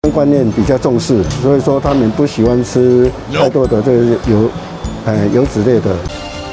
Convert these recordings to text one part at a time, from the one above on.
观念比较重视，所以说他们不喜欢吃太多的这个油脂类的。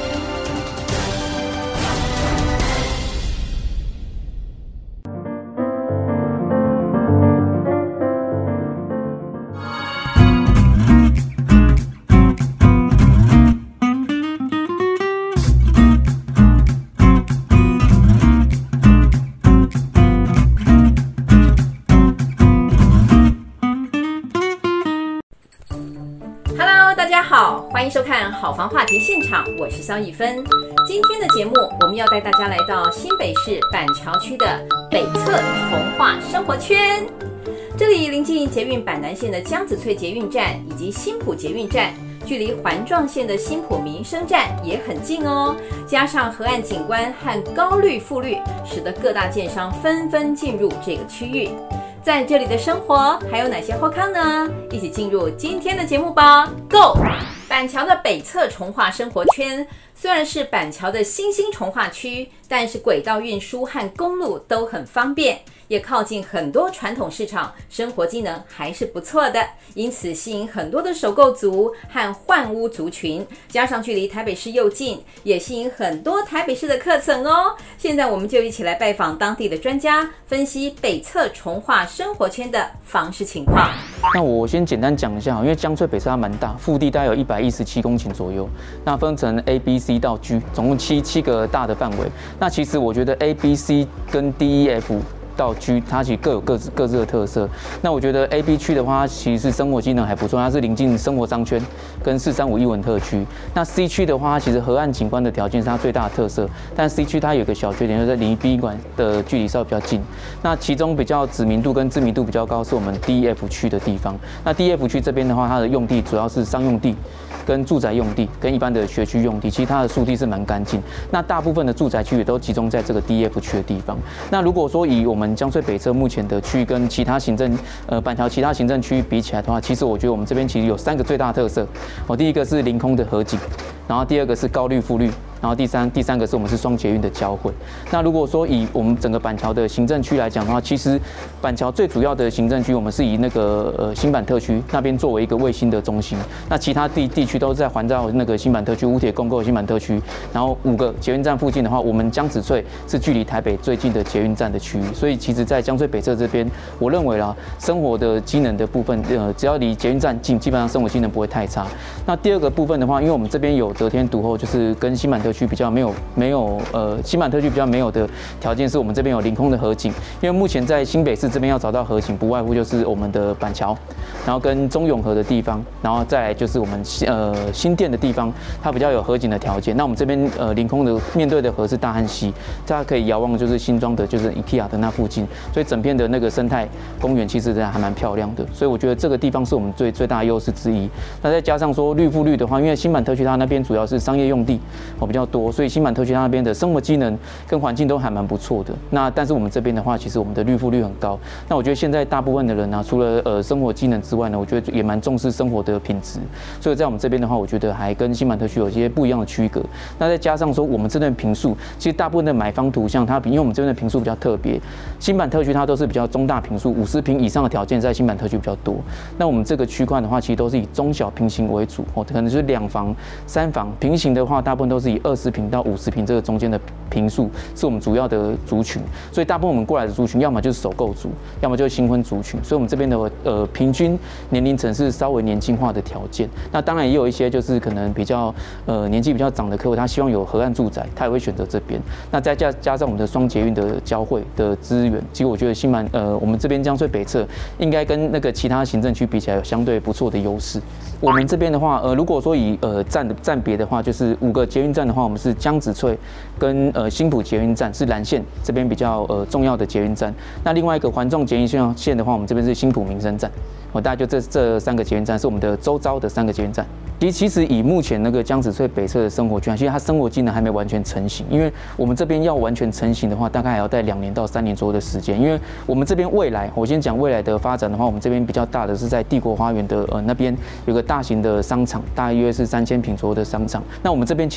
大家好，欢迎收看好房话题现场，我是萧逸芬。今天的节目，我们要带大家来到新北市板桥区的北侧重化生活圈。这里临近捷运板南线的江子翠捷运站以及新埔捷运站，距离环状线的新埔民生站也很近哦。加上河岸景观和高绿覆绿，使得各大建商纷纷进入这个区域。在这里的生活还有哪些好康呢？一起进入今天的节目吧 ，Go！ 板桥的北侧重化生活圈虽然是板桥的新兴重化区，但是轨道运输和公路都很方便，也靠近很多传统市场，生活机能还是不错的，因此吸引很多的首购族和换屋族群，加上距离台北市又近，也吸引很多台北市的客层哦。现在我们就一起来拜访当地的专家，分析北侧重化生活圈的房市情况。 那我先简单讲一下，因为江翠北侧它蛮大，腹地大概有117公顷左右，那分成 A、B、C 到 G， 总共七个大的范围。那其实我觉得 A、B、C 跟 D、E、F到 G， 它其实各有各自的特色。那我觉得 A、B 区的话，它其实是生活机能还不错，它是临近生活商圈跟435艺文特区。那 C 区的话，它其实河岸景观的条件是它最大的特色，但 C 区它有一个小缺点，就是离殡仪馆的距离稍微比较近。那其中比较知名度跟知名度比较高是我们 D、F 区的地方。那 D、F 区这边的话，它的用地主要是商用地、跟住宅用地、跟一般的学区用地，其实它的树地是蛮干净。那大部分的住宅区也都集中在这个 D、F 区的地方。那如果说以我们江翠北侧目前的区域跟其他行政板桥其他行政区域比起来的话，其实我觉得我们这边其实有3个最大特色。第一个是临空的河景，然后第二个是高绿覆绿，然后第三个是我们是双捷运的交汇。那如果说以我们整个板桥的行政区来讲的话，其实板桥最主要的行政区，我们是以那个新板特区那边作为一个卫星的中心，那其他地区都是在环绕那个新板特区、乌铁共构新板特区，然后5个捷运站附近的话，我们江子翠是距离台北最近的捷运站的区域，所以其实在江翠北侧这边，我认为啦，生活的机能的部分，只要离捷运站近，基本上生活机能不会太差。那第二个部分的话，因为我们这边有得天独厚，就是跟新板特区比较没有新板特区比较没有的条件，是我们这边有临空的河景。因为目前在新北市这边要找到河景，不外乎就是我们的板桥，然后跟中永和的地方，然后再来就是我们新店的地方，它比较有河景的条件。那我们这边临空的面对的河是大汉溪，大家可以遥望就是新庄的，就是 IKEA 的那附近，所以整片的那个生态公园其实还蛮漂亮的。所以我觉得这个地方是我们最大的优势之一。那再加上说绿覆绿的话，因为新板特区它那边主要是商业用地比较多，所以新板特区它那边的生活机能跟环境都还蛮不错的。那但是我们这边的话，其实我们的绿覆率很高。那我觉得现在大部分的人呢，除了生活机能之外呢，我觉得也蛮重视生活的品质。所以在我们这边的话，我觉得还跟新板特区有一些不一样的区隔。那再加上说我们这边的坪数，其实大部分的买方图像它因为我们这边的坪数比较特别，新板特区它都是比较中大坪数，50坪以上的条件在新板特区比较多。那我们这个区块的话，其实都是以中小平型为主，可能是2房、3房。平型的话，大部分都是以20坪到50坪这个中间的坪数是我们主要的族群。所以大部分我们过来的族群，要么就是首购族，要么就是新婚族群。所以我们这边的平均年龄层是稍微年轻化的条件。那当然也有一些就是可能比较年纪比较长的客户，他希望有河岸住宅，他也会选择这边。那再加上我们的双捷运的交汇的资源，其实我觉得我们这边江翠北侧应该跟那个其他行政区比起来有相对不错的优势。我们这边的话，如果说以站别的话，就是5个捷运站的话，我们是江子翠跟新埔捷运站是蓝线这边比较重要的捷运站。那另外一个环状捷运线的话，我们这边是新埔民生站。大概就这3个捷运站是我们的周遭的3个捷运站。其实以目前那个江子翠北侧的生活圈，其实它生活机能还没完全成型，因为我们这边要完全成型的话，大概还要在2年到3年左右的时间。因为我们这边未来，我先讲未来的发展的话，我们这边比较大的是在帝国花园的那边有个大型的商场，大约是3000坪左右的商场。那我们这边其实依靠的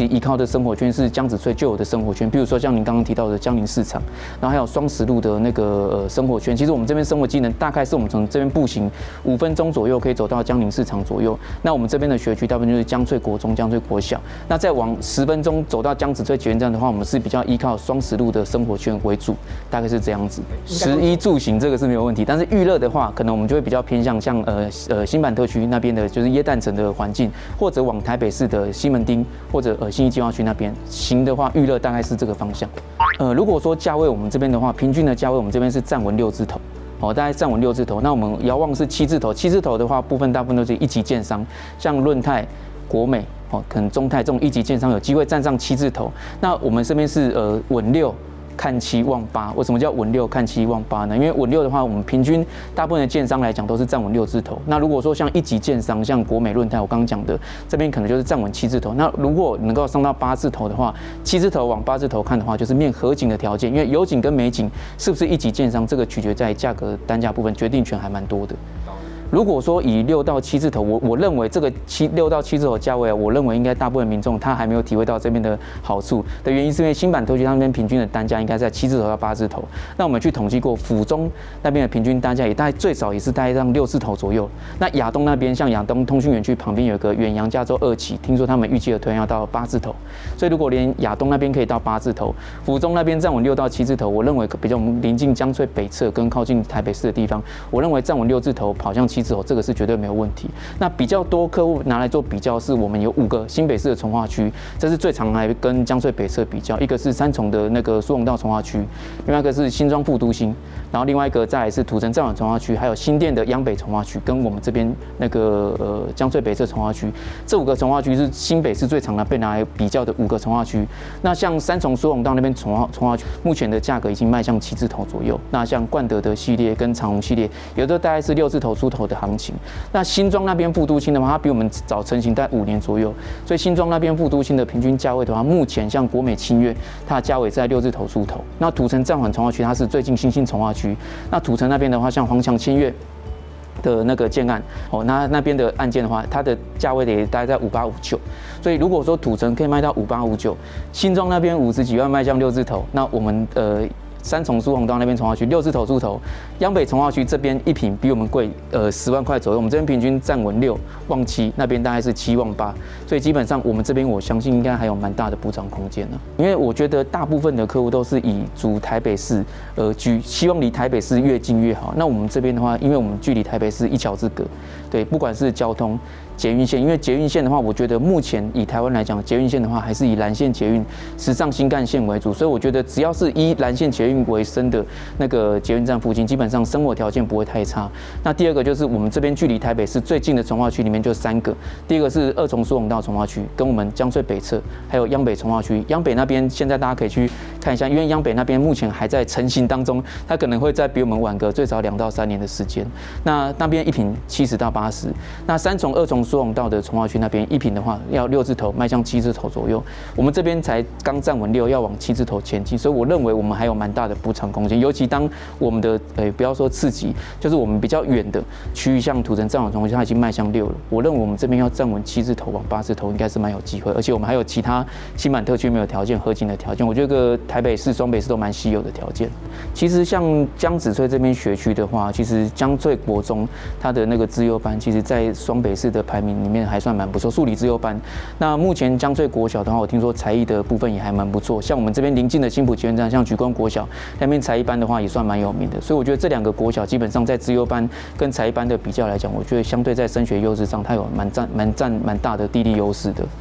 生活圈是江子翠就有的生活圈，比如说像您刚刚提到的江宁市场，然后还有双十路的那个生活圈。其实我们这边生活机能大概是我们从这边步行5分钟左右可以走到江宁市场左右。那我们这边的学区大部分就是江翠国中、江翠国小。那再往10分钟走到江子翠捷运站的话，我们是比较依靠双十路的生活圈为主，大概是这样子。11住行这个是没有问题，但是娱乐的话，可能我们就会比较偏向像新版特区那边的，就是耶诞城的环境，或者往台北市的西门町或者信义计划区那边行的话，娱乐大概是这个方向。如果说价位我们这边的话，平均的价位我们这边是站稳6字头。大概站稳6字头。那我们遥望是7字头，7字头的话，大部分都是一级建商，像润泰、国美，可能中泰这种一级建商有机会站上7字头。那我们这边是稳6。看7望8，为什么叫稳6看7望8呢？因为稳6的话，我们平均大部分的建商来讲都是站稳6字头。那如果说像一级建商，像国美、润泰，我刚刚讲的，这边可能就是站稳7字头。那如果能够上到8字头的话，7字头往8字头看的话，就是面合景的条件。因为有景跟没景是不是一级建商，这个取决在价格单价部分，决定权还蛮多的。如果说以6到7字头，我认为这个6到7字头价位啊，我认为应该大部分民众他还没有体会到这边的好处的原因，是因为新版特区那边平均的单价应该在7字头到8字头。那我们去统计过，府中那边的平均单价也大概最少也是大概让6字头左右。那亚东那边，像亚东通讯园区旁边有个远洋加州2期，听说他们预计的推要到8字头。所以如果连亚东那边可以到8字头，府中那边站稳6到7字头，我认为比较临近江翠北侧跟靠近台北市的地方，我认为站稳6字头跑向7字头，这个是绝对没有问题。那比较多客户拿来做比较，是我们有5个新北市的重划区，这是最常来跟江翠北侧比较。一个是三重的那个苏虹道重划区，另外一个是新庄副都心，然后另外一个再来是土城站晚重划区，还有新店的央北重划区，跟我们这边那个江翠北侧重划区，这5个重划区是新北市最常被拿来比较的5个重划区。那像三重苏虹道那边重划区，目前的价格已经迈向7字头左右。那像冠德的系列跟长荣系列，有的大概是6字头出头的行情。那新庄那边副都心的话，它比我们早成型大概5年左右，所以新庄那边副都心的平均价位的话，目前像国美清越，它的价位在6字头出头。那土城暂缓重划区，它是最近新兴重划区。那土城那边的话，像黄强清越的那个建案，那边的案件的话，它的价位也大概在5859。所以如果说土城可以卖到5859，新庄那边50几万卖向6字头，那我们三重苏虹道那边重划区6字头出头，央北重划区这边一坪比我们贵10万块左右，我们这边平均站稳6望7，那边大概是7望8，所以基本上我们这边我相信应该还有蛮大的补涨空间呢。因为我觉得大部分的客户都是以主台北市而居，希望离台北市越近越好。那我们这边的话，因为我们距离台北市1桥之隔，对，不管是交通。捷运线，因为捷运线的话，我觉得目前以台湾来讲，捷运线的话还是以蓝线捷运、时尚新干线为主，所以我觉得只要是以蓝线捷运为生的那个捷运站附近，基本上生活条件不会太差。那第二个就是我们这边距离台北市最近的重划区里面就3个，第一个是2重苏虹道重划区，跟我们江翠北侧，还有央北重划区。央北那边现在大家可以去看一下，因为央北那边目前还在成型当中，它可能会再比我们晚个最少2到3年的时间。那边一坪70到80，那2重苏虹道的重划区那边一坪的话要6字头，迈向7字头左右。我们这边才刚站稳6，要往7字头前进，所以我认为我们还有蛮大的补偿空间。尤其当我们的不要说刺激，就是我们比较远的区域，像土城站晚重划区，它已经迈向6了。我认为我们这边要站稳7字头往8字头，应该是蛮有机会。而且我们还有其他新版特区没有条件合景的条件，我觉得台北市、双北市都蛮稀有的条件。其实像江子翠这边学区的话，其实江翠国中它的那个资优班，其实在双北市的排名里面还算蛮不错，数理资优班。那目前江翠国小的话，我听说才艺的部分也还蛮不错。像我们这边邻近的新埔捷运站，像莒光国小那边才艺班的话，也算蛮有名的。所以我觉得这2个国小基本上在资优班跟才艺班的比较来讲，我觉得相对在升学优势上，它有蛮大的地利优势的。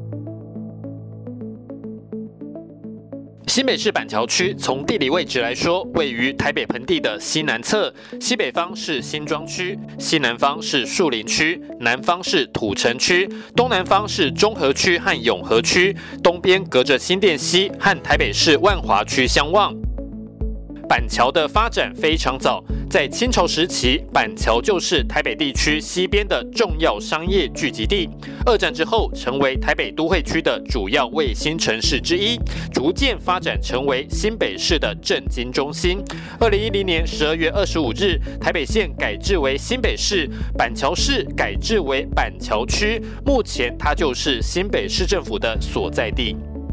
新北市板桥区从地理位置来说，位于台北盆地的西南侧，西北方是新庄区，西南方是树林区，南方是土城区，东南方是中和区和永和区，东边隔着新店溪和台北市万华区相望。板桥的发展非常早，在清朝时期，板桥就是台北地区西边的重要商业聚集地。2战之后，成为台北都会区的主要卫星城市之一，逐渐发展成为新北市的政经中心。2010年12月25日，台北县改制为新北市，板桥市改制为板桥区，目前它就是新北市政府的所在地。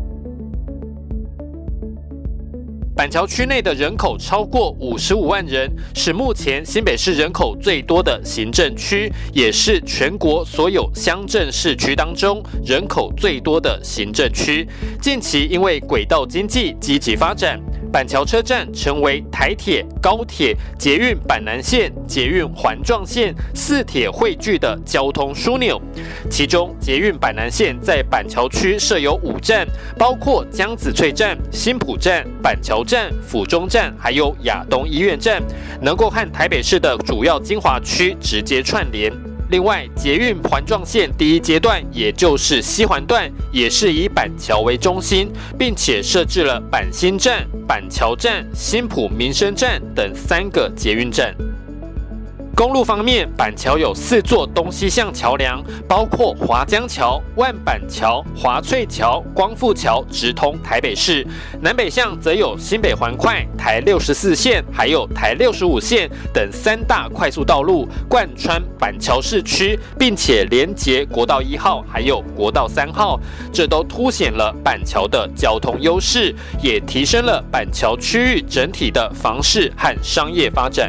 板桥区内的人口超过55万人，是目前新北市人口最多的行政区，也是全国所有乡镇市区当中人口最多的行政区。近期因为轨道经济积极发展，板桥车站成为台铁、高铁、捷运板南线、捷运环状线四铁汇聚的交通枢纽。其中，捷运板南线在板桥区设有5站，包括江子翠站、新埔站、板桥站、府中站，还有亚东医院站，能够和台北市的主要精华区直接串联。另外，捷运环状线第1阶段，也就是西环段，也是以板桥为中心，并且设置了板新站、板桥站、新埔民生站等3个捷运站。公路方面，板桥有4座东西向桥梁，包括华江桥、万板桥、华翠桥、光复桥，直通台北市；南北向则有新北环快、台64线，还有台65线等3大快速道路贯穿板桥市区，并且连结国道1号还有国道3号，这都凸显了板桥的交通优势，也提升了板桥区域整体的房市和商业发展。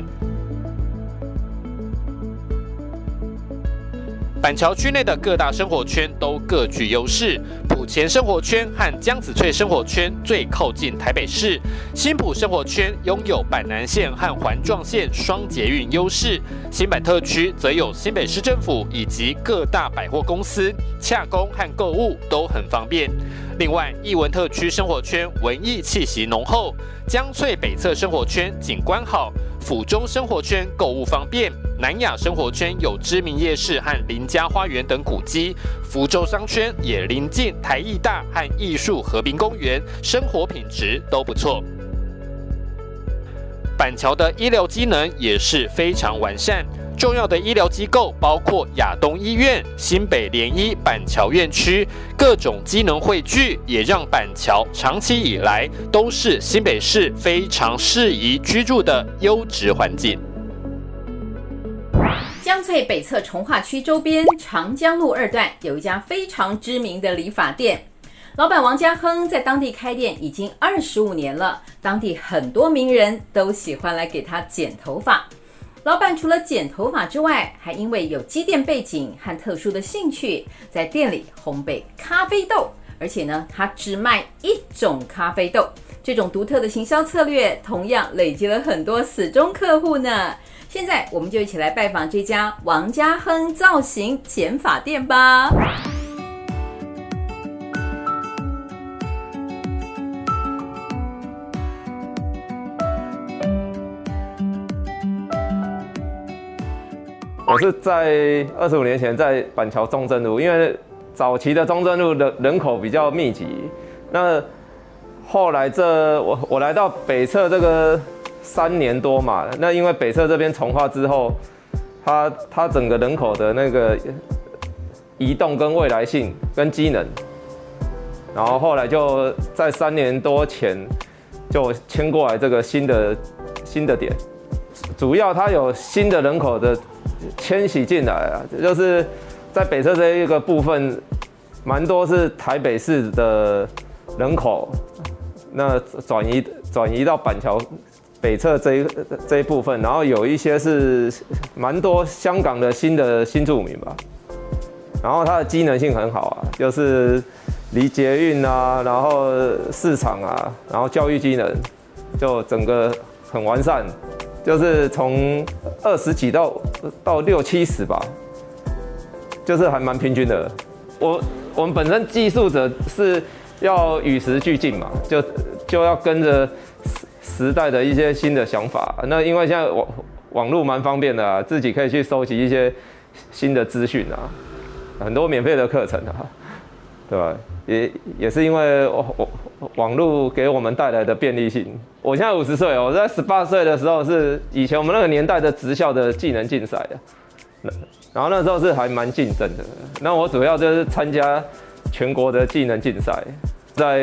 板桥区内的各大生活圈都各具优势，埔前生活圈和江子翠生活圈最靠近台北市，新埔生活圈拥有板南线和环状线双捷运优势，新板特区则有新北市政府以及各大百货公司，洽公和购物都很方便。另外，艺文特区生活圈文艺气息浓厚，江翠北侧生活圈景观好，府中生活圈购物方便，南雅生活圈有知名夜市和林家花园等古迹，福州商圈也临近台艺大和艺术河滨公园，生活品质都不错。板桥的医疗机能也是非常完善，重要的医疗机构包括亚东医院、新北联医板桥院区，各种机能汇聚，也让板桥长期以来都是新北市非常适宜居住的优质环境。 江翠北侧重划区周边长江路2段有一家非常知名的理发店，老板王家亨在当地开店已经25年了，当地很多名人都喜欢来给他剪头发。老板除了剪头发之外，还因为有机电背景和特殊的兴趣，在店里烘焙咖啡豆，而且呢，他只卖1种咖啡豆。这种独特的行销策略，同样累积了很多死忠客户呢。现在我们就一起来拜访这家王家亨造型剪发店吧。 我是在25年前在板桥中正路，因为早期的中正路的人口比较密集，那后来我来到北侧这个3年多嘛，那因为北侧这边重划之后，它整个人口的那个移动跟未来性跟机能，然后后来就在3年多前就迁过来这个新的点，主要它有新的人口的迁徙进来啊，就是在北侧这一个部分，蛮多是台北市的人口，那转移到板桥北侧这一部分，然后有一些是蛮多香港的新住民吧，然后它的机能性很好啊，就是离捷运啊，然后市场啊，然后教育机能，就整个很完善，就是从20几到60、70吧，就是还蛮平均的。我们本身技术者是要与时俱进嘛，就要跟着时代的一些新的想法。那因为现在网络蛮方便的啊，自己可以去收集一些新的资讯啊，很多免费的课程啊，对吧？也是因为网络给我们带来的便利性。我现在50岁，我在18岁的时候是以前我们那个年代的职校的技能竞赛啊，然后那时候是还蛮竞争的。那我主要就是参加全国的技能竞赛。在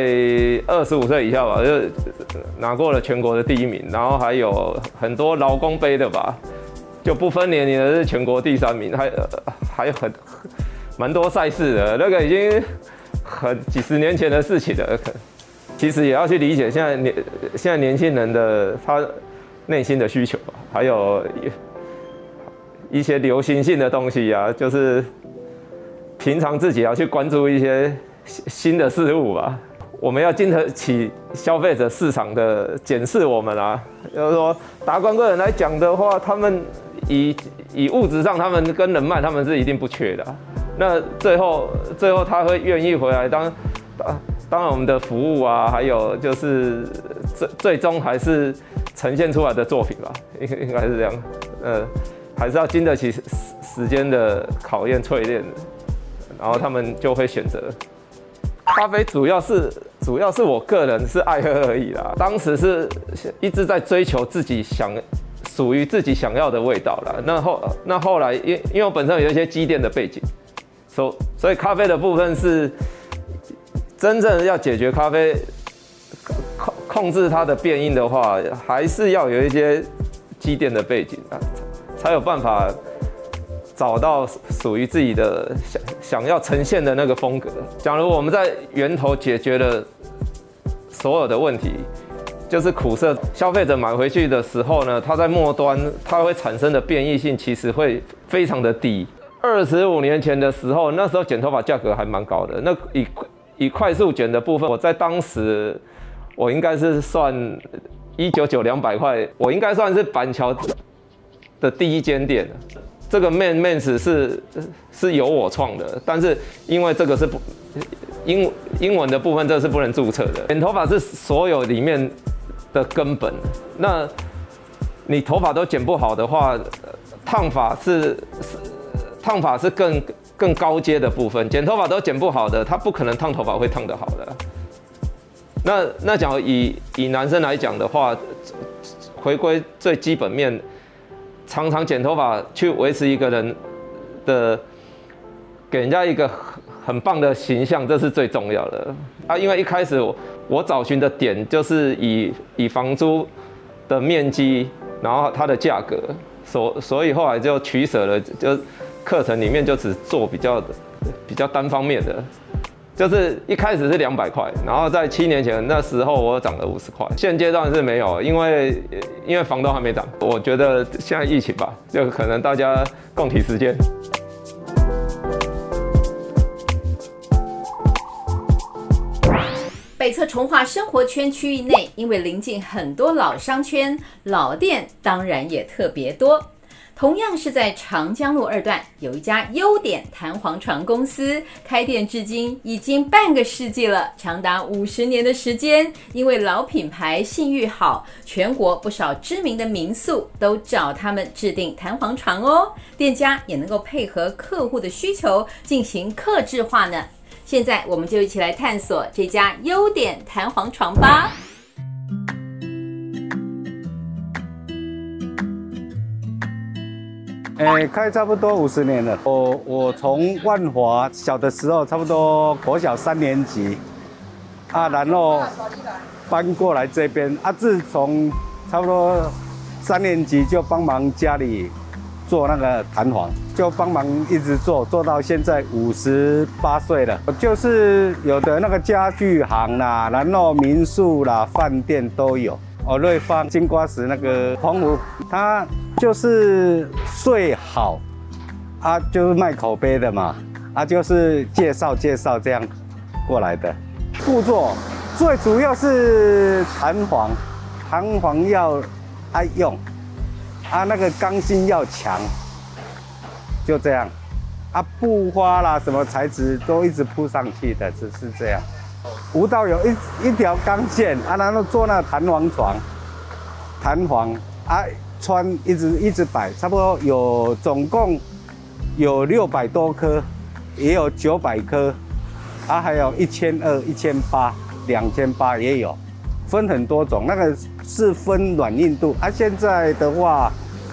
25岁以下吧，就拿过了全国的第1名，然后还有很多劳工杯的吧，就不分年龄的是全国第3名，还有蛮多赛事的，那个已经几十年前的事情了。 其实也要去理解现在年轻人的他内心的需求，还有一些流行性的东西啊，就是平常自己要去关注一些新的事物吧。我们要经得起消费者市场的检视我们啊，就是说达观个人来讲的话，他们以物质上他们跟人脉他们是一定不缺的啊。那最后他会愿意回来当然我们的服务啊，还有就是最终还是呈现出来的作品吧，应该是这样。还是要经得起时间的考验淬炼，然后他们就会选择。咖啡主要是我个人是爱喝而已啦，当时是一直在追求属于自己想要的味道啦。那后来因为我本身有一些机电的背景，所以咖啡的部分是真正要解决咖啡控制它的变因的话，还是要有一些机电的背景啊，才有办法找到属于自己的想要呈现的那个风格。假如我们在源头解决了所有的问题，就是苦涩，消费者买回去的时候呢，它在末端它会产生的变异性其实会非常的低。25年前的时候，那时候剪头发价格还蛮高的。那以快速剪的部分，我在当时我应该是算199200块，我应该算是板桥的第一间店。这个 Mens 是由我创的，但是因为这个是英文的部分，这是不能注册的。剪头发是所有里面的根本。那你头发都剪不好的话，烫发是更高阶的部分。剪头发都剪不好的，他不可能烫头发会烫得好的。那假如以男生来讲的话，回归最基本面。常常剪头发去维持一个人的，给人家一个很棒的形象，这是最重要的啊。因为一开始我找寻的点就是以房租的面积，然后它的价格，所以后来就取舍了，就课程里面就只做比较单方面的。就是一开始是200块，然后在7年前那时候我涨了50块，现阶段是没有，因为房东还没涨。我觉得现在疫情吧，就可能大家共体时间。 北侧重划生活圈区域内，因为临近很多老商圈，老店当然也特别多。同样是在长江路2段，有一家优点弹簧床公司，开店至今已经半个世纪了，长达50年的时间。因为老品牌信誉好，全国不少知名的民宿都找他们制定弹簧床哦。店家也能够配合客户的需求进行客制化呢。现在我们就一起来探索这家优点弹簧床吧。 开差不多50年了。我从万华小的时候，差不多国小3年级啊，然后搬过来这边啊。自从差不多3年级就帮忙家里做那个弹簧，就帮忙一直做到现在58岁了。就是有的那个家具行啦，然后民宿啦、饭店都有。瑞芳、金瓜石那个澎湖，它就是最好啊，就是卖口碑的嘛，啊，就是介绍这样过来的。步骤最主要是弹簧要爱用，啊，那个刚性要强，就这样。啊，布花啦，什么材质都一直铺上去的，只是这样。舞蹈有一条钢线啊，然后做那个弹簧床，弹簧啊，穿一直摆，差不多总共有600多颗，也有900颗，啊，还有1200、1800、2800也有，分很多种，那个是分软硬度啊。现在的话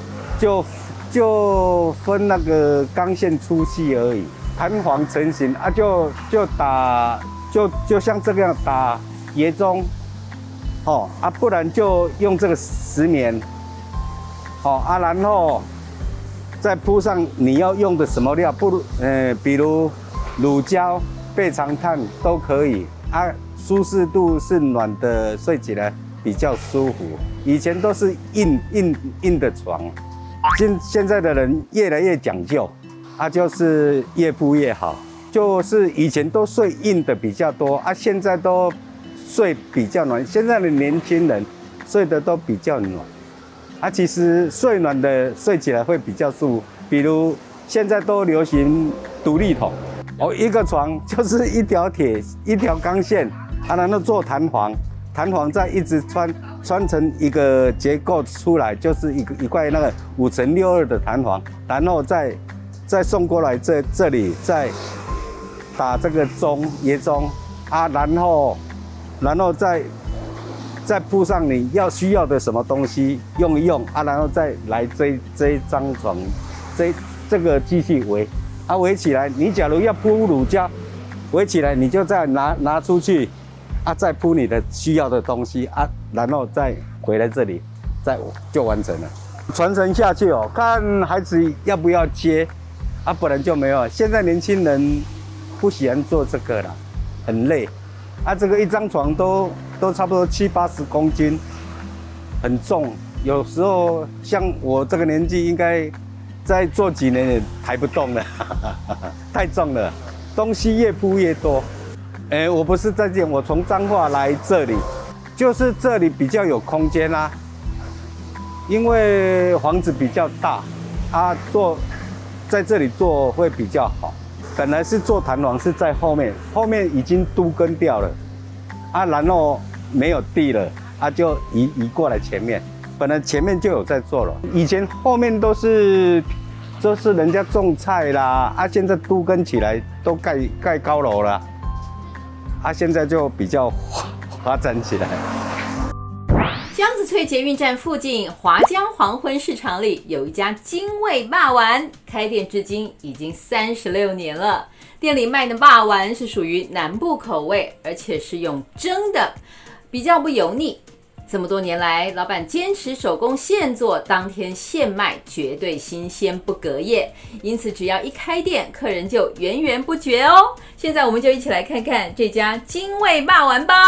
就分那个钢线粗细而已，弹簧成型啊，就打。就像这个样打椰棕，啊，不然就用这个石棉，啊，然后再铺上你要用的什么料，比如乳胶、倍长炭都可以， 啊，舒适度是暖的，睡起来比较舒服。以前都是硬的床，现在的人越来越讲究，啊，就是越铺越好。就是以前都睡硬的比较多，啊，现在都睡比较暖。现在的年轻人睡得都比较暖，啊，其实睡暖的睡起来会比较舒服。比如现在都流行独立筒，哦，一个床就是一条铁、一条钢线，啊，然后做弹簧，弹簧再一直穿成一个结构出来，就是一块那个5×62的弹簧，然后再送过来这里再打这个椰棕啊，然后再铺上你需要的什么东西用一用啊，然后再来这一张床，这个继续围啊，围起来。你假如要铺乳胶，围起来你就再拿出去啊，再铺你的需要的东西啊，然后再回来这里，就完成了。传承下去哦，看孩子要不要接啊，不然就没有。现在年轻人不喜欢做这个了，很累啊。这个一张床都差不多70-80公斤，很重。有时候像我这个年纪，应该再做几年也抬不动了，太重了。东西越铺越多。我不是在这，我从彰化来这里，就是这里比较有空间啦，因为房子比较大啊，在这里做会比较好。本来是做弹簧是在后面已经都根掉了，啊，然后没有地了，啊，就移过来前面。本来前面就有在做了，以前后面都是人家种菜啦，啊，现在都根起来都盖高楼了，啊，现在就比较发展起来。 江子翠捷运站附近华江黄昏市场里有一家精味霸丸，开店至今已经36年了。店里卖的霸丸是属于南部口味，而且是用蒸的，比较不油腻。这么多年来，老板坚持手工现做，当天现卖，绝对新鲜不隔夜。因此，只要一开店，客人就源源不绝哦。现在我们就一起来看看这家精味霸丸吧。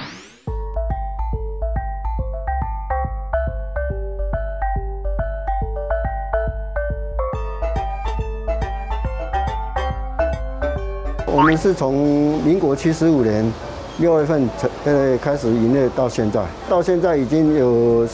我们是从民国75年6月份开始营业到现在已经有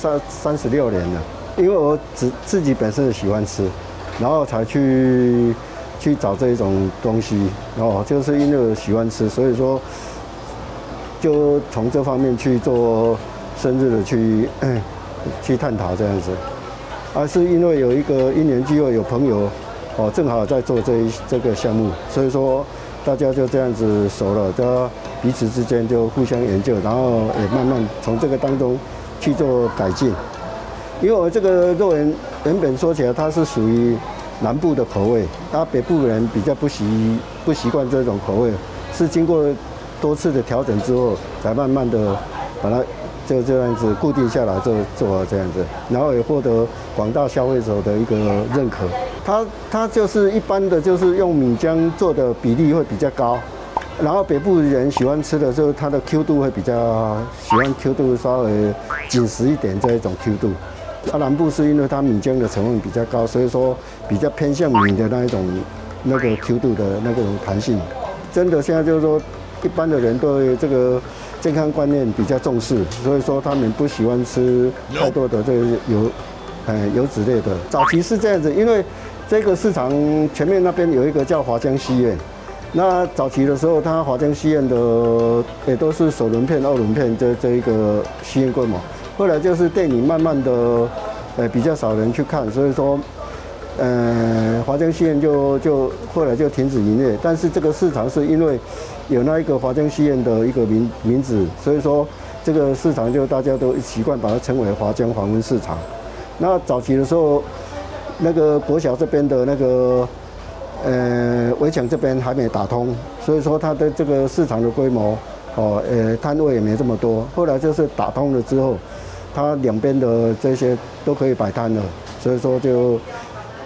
36年了。因为我自己本身喜欢吃，然后才去找这一种东西，就是因为我喜欢吃，所以说就从这方面去做深入的去探讨这样子。是因为有一个因缘机会，有朋友正好在做这个项目，所以说大家就这样子熟了，就彼此之间就互相研究，然后也慢慢从这个当中去做改进。因为我这个肉圆原本说起来，它是属于南部的口味，北部人比较不习惯这种口味，是经过多次的调整之后，才慢慢的把它就这样子固定下来，做这样子，然后也获得广大消费者的一个认可。它就是一般的，就是用米浆做的比例会比较高，然后北部人喜欢吃的就是它的 Q 度会比较喜欢 Q 度稍微紧实一点这一种 Q 度。南部是因为它米浆的成分比较高，所以说比较偏向米的那个 Q 度的那种弹性。真的现在就是说，一般的人对这个健康观念比较重视，所以说他们不喜欢吃太多的这个油脂类的。早期是这样子，因为这个市场前面那边有一个叫华江西苑，那早期的时候，它华江西苑的也都是首轮片、2轮片这一个西苑规模。后来就是电影慢慢的比较少人去看，所以说华江西苑就后来就停止营业。但是这个市场是因为有那一个华江西苑的一个名字，所以说这个市场就大家都习惯把它称为华江黄昏市场。那早期的时候，那个国小这边的那个围墙这边还没打通，所以说它的这个市场的规模摊位也没这么多。后来就是打通了之后，它两边的这些都可以摆摊了，所以说就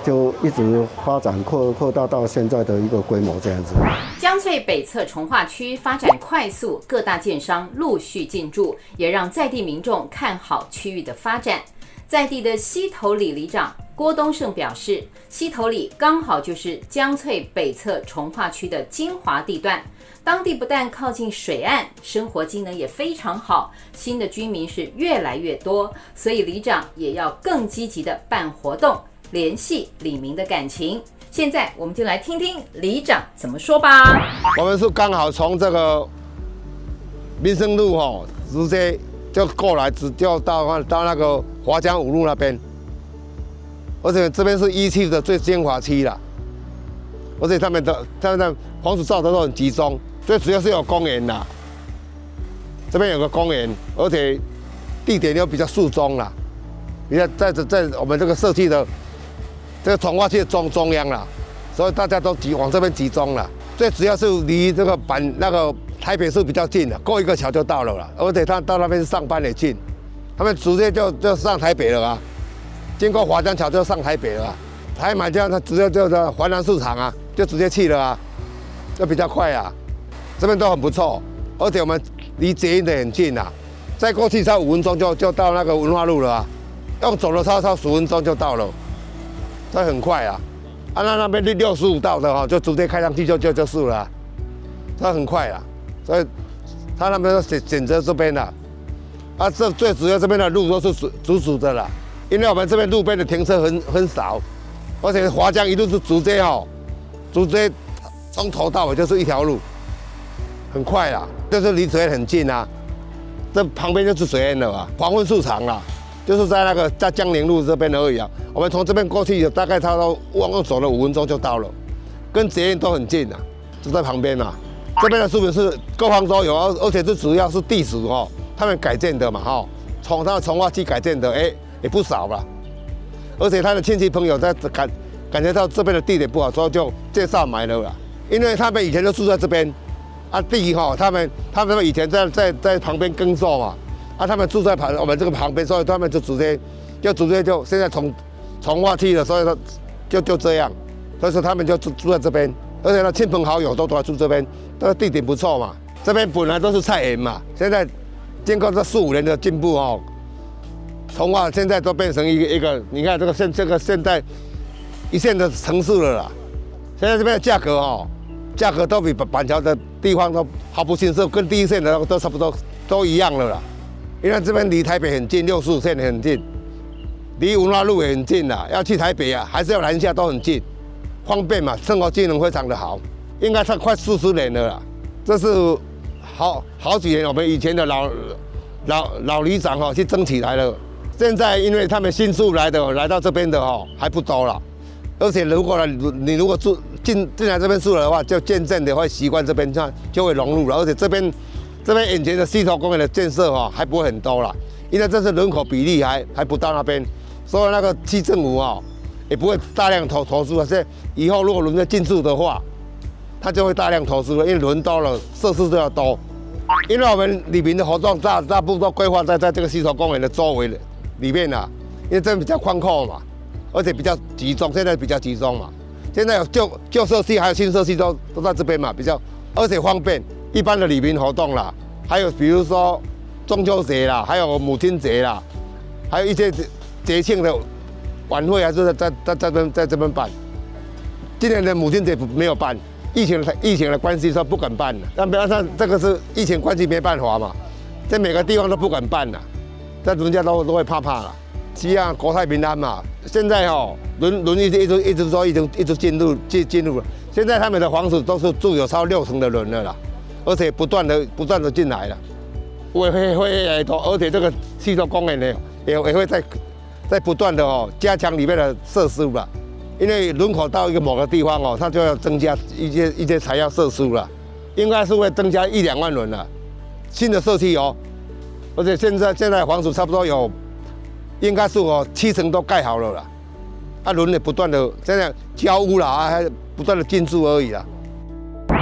就一直发展扩大到现在的一个规模这样子。 江翠北侧重划区发展快速，各大建商陆续进驻，也让在地民众看好区域的发展。在地的溪头里里长郭东胜表示，溪头里刚好就是江翠北侧重划区的精华地段，当地不但靠近水岸，生活机能也非常好，新的居民是越来越多，所以里长也要更积极的办活动，联系里民的感情。现在我们就来听听里长怎么说吧。 我们是刚好从这个民生路直接就过来，直接到那个华江五路那边，而且这边是1期的最精华区了，而且他们的防暑造的都很集中，最主要是有公园啦，这边有个公园，而且地点又比较适中啦。你看在我们这个社区的这个重划区的中央啦，所以大家都往这边集中了。最主要是离这个台北市比较近的，过一个桥就到了啦。而且他到那边上班也近，他们直接就上台北了啊，经过华江桥就上台北了啊。台买家他直接就在华南市场啊，就直接去了啊，就比较快啊。这边都很不错，而且我们离捷运的很近啊，再过去才5分钟就到那个文化路了啊，用走了超10分钟就到了，所以很快啊。那边65道的就直接开上去就是了啊，它很快啊。所以他那边选择这边的，这最主要这边的路都是直的啦，因为我们这边路边的停车很少，而且华江一路是直接从头到尾就是一条路，很快啦，就是离水岸很近啊，这旁边就是水岸了啊，黄昏市场啦，就是在江宁路这边而已啊，我们从这边过去大概差不多往走了5分钟就到了，跟捷运都很近啊，就在旁边啊。这边的树林是各方都有，而且这主要是地主他们改建的嘛从他的从化区改建的，也不少了。而且他的亲戚朋友在感觉到这边的地点不好，所以就介绍买了啦。因为他们以前就住在这边，地他们以前在旁边耕作嘛，他们住在我们这个旁边，所以他们就直接现在从化区了，所以就这样，所以说他们就住在这边。而且呢，亲朋好友都来住这边，这个地点不错嘛。这边本来都是菜园嘛，现在经过这4、5年的进步从化现在都变成一个，你看这个现在一线的城市了啦。现在这边的价格都比板桥的地方都毫不逊色，跟第一线的都差不多都一样了啦。因为这边离台北很近，65线很近，离文化路也很近啦。要去台北还是要南下都很近。方便嘛，生活机能非常的好，应该快40年了啦。这是好几年我们以前的老里长去争取来了。现在因为他们新住来到这边的还不多了，而且如果进来这边住的话，就渐渐的会习惯这边，就会融入了。而且这边眼前的溪头公园的建设还不会很多了，因为这是人口比例还不到那边，所以那个区政府也不会大量投资了。现在以后如果轮着进驻的话，他就会大量投资了，因为轮多了，设施都要多。因为我们里面的活动大部分都规划在这个溪头公园的周围里面啦，因为这比较宽阔嘛，而且比较集中，现在比较集中嘛。现在有旧社区还有新社区都在这边嘛，而且方便一般的里民活动啦，还有比如说中秋节啦，还有母亲节啦，还有一些节庆的晚会还是在这边办。今年的母亲节没有办，疫情的关系，说不敢办了。但比方说这个是疫情关系没办法嘛，在每个地方都不敢办了，但人家都会怕了。希望国泰民安嘛。现在轮一直说一直进入了。现在他们的房子都是住有超60%的人了啦，而且不断的进来了，会越来越多，而且这个溪头公园呢也会在不断的加强里面的设施了。因为人口到一个某个地方它就要增加一些材料设施了，应该是会增加1、2万人了。新的社区而且现在房子差不多应该是70%都盖好了啦。人也不断的现在交屋了还不断的进驻而已啦。 今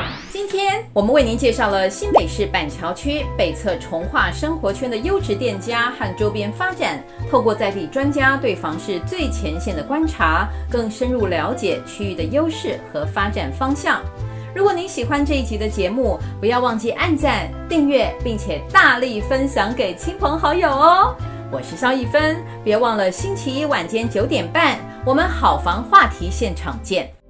天我们为您介绍了新北市板桥区北侧重划生活圈的优质店家和周边发展，透过在地专家对房市最前线的观察，更深入了解区域的优势和发展方向。如果您喜欢这一集的节目，不要忘记按赞、订阅，并且大力分享给亲朋好友哦。我是肖一芬，别忘了星期一晚间9点半，我们好房话题现场见。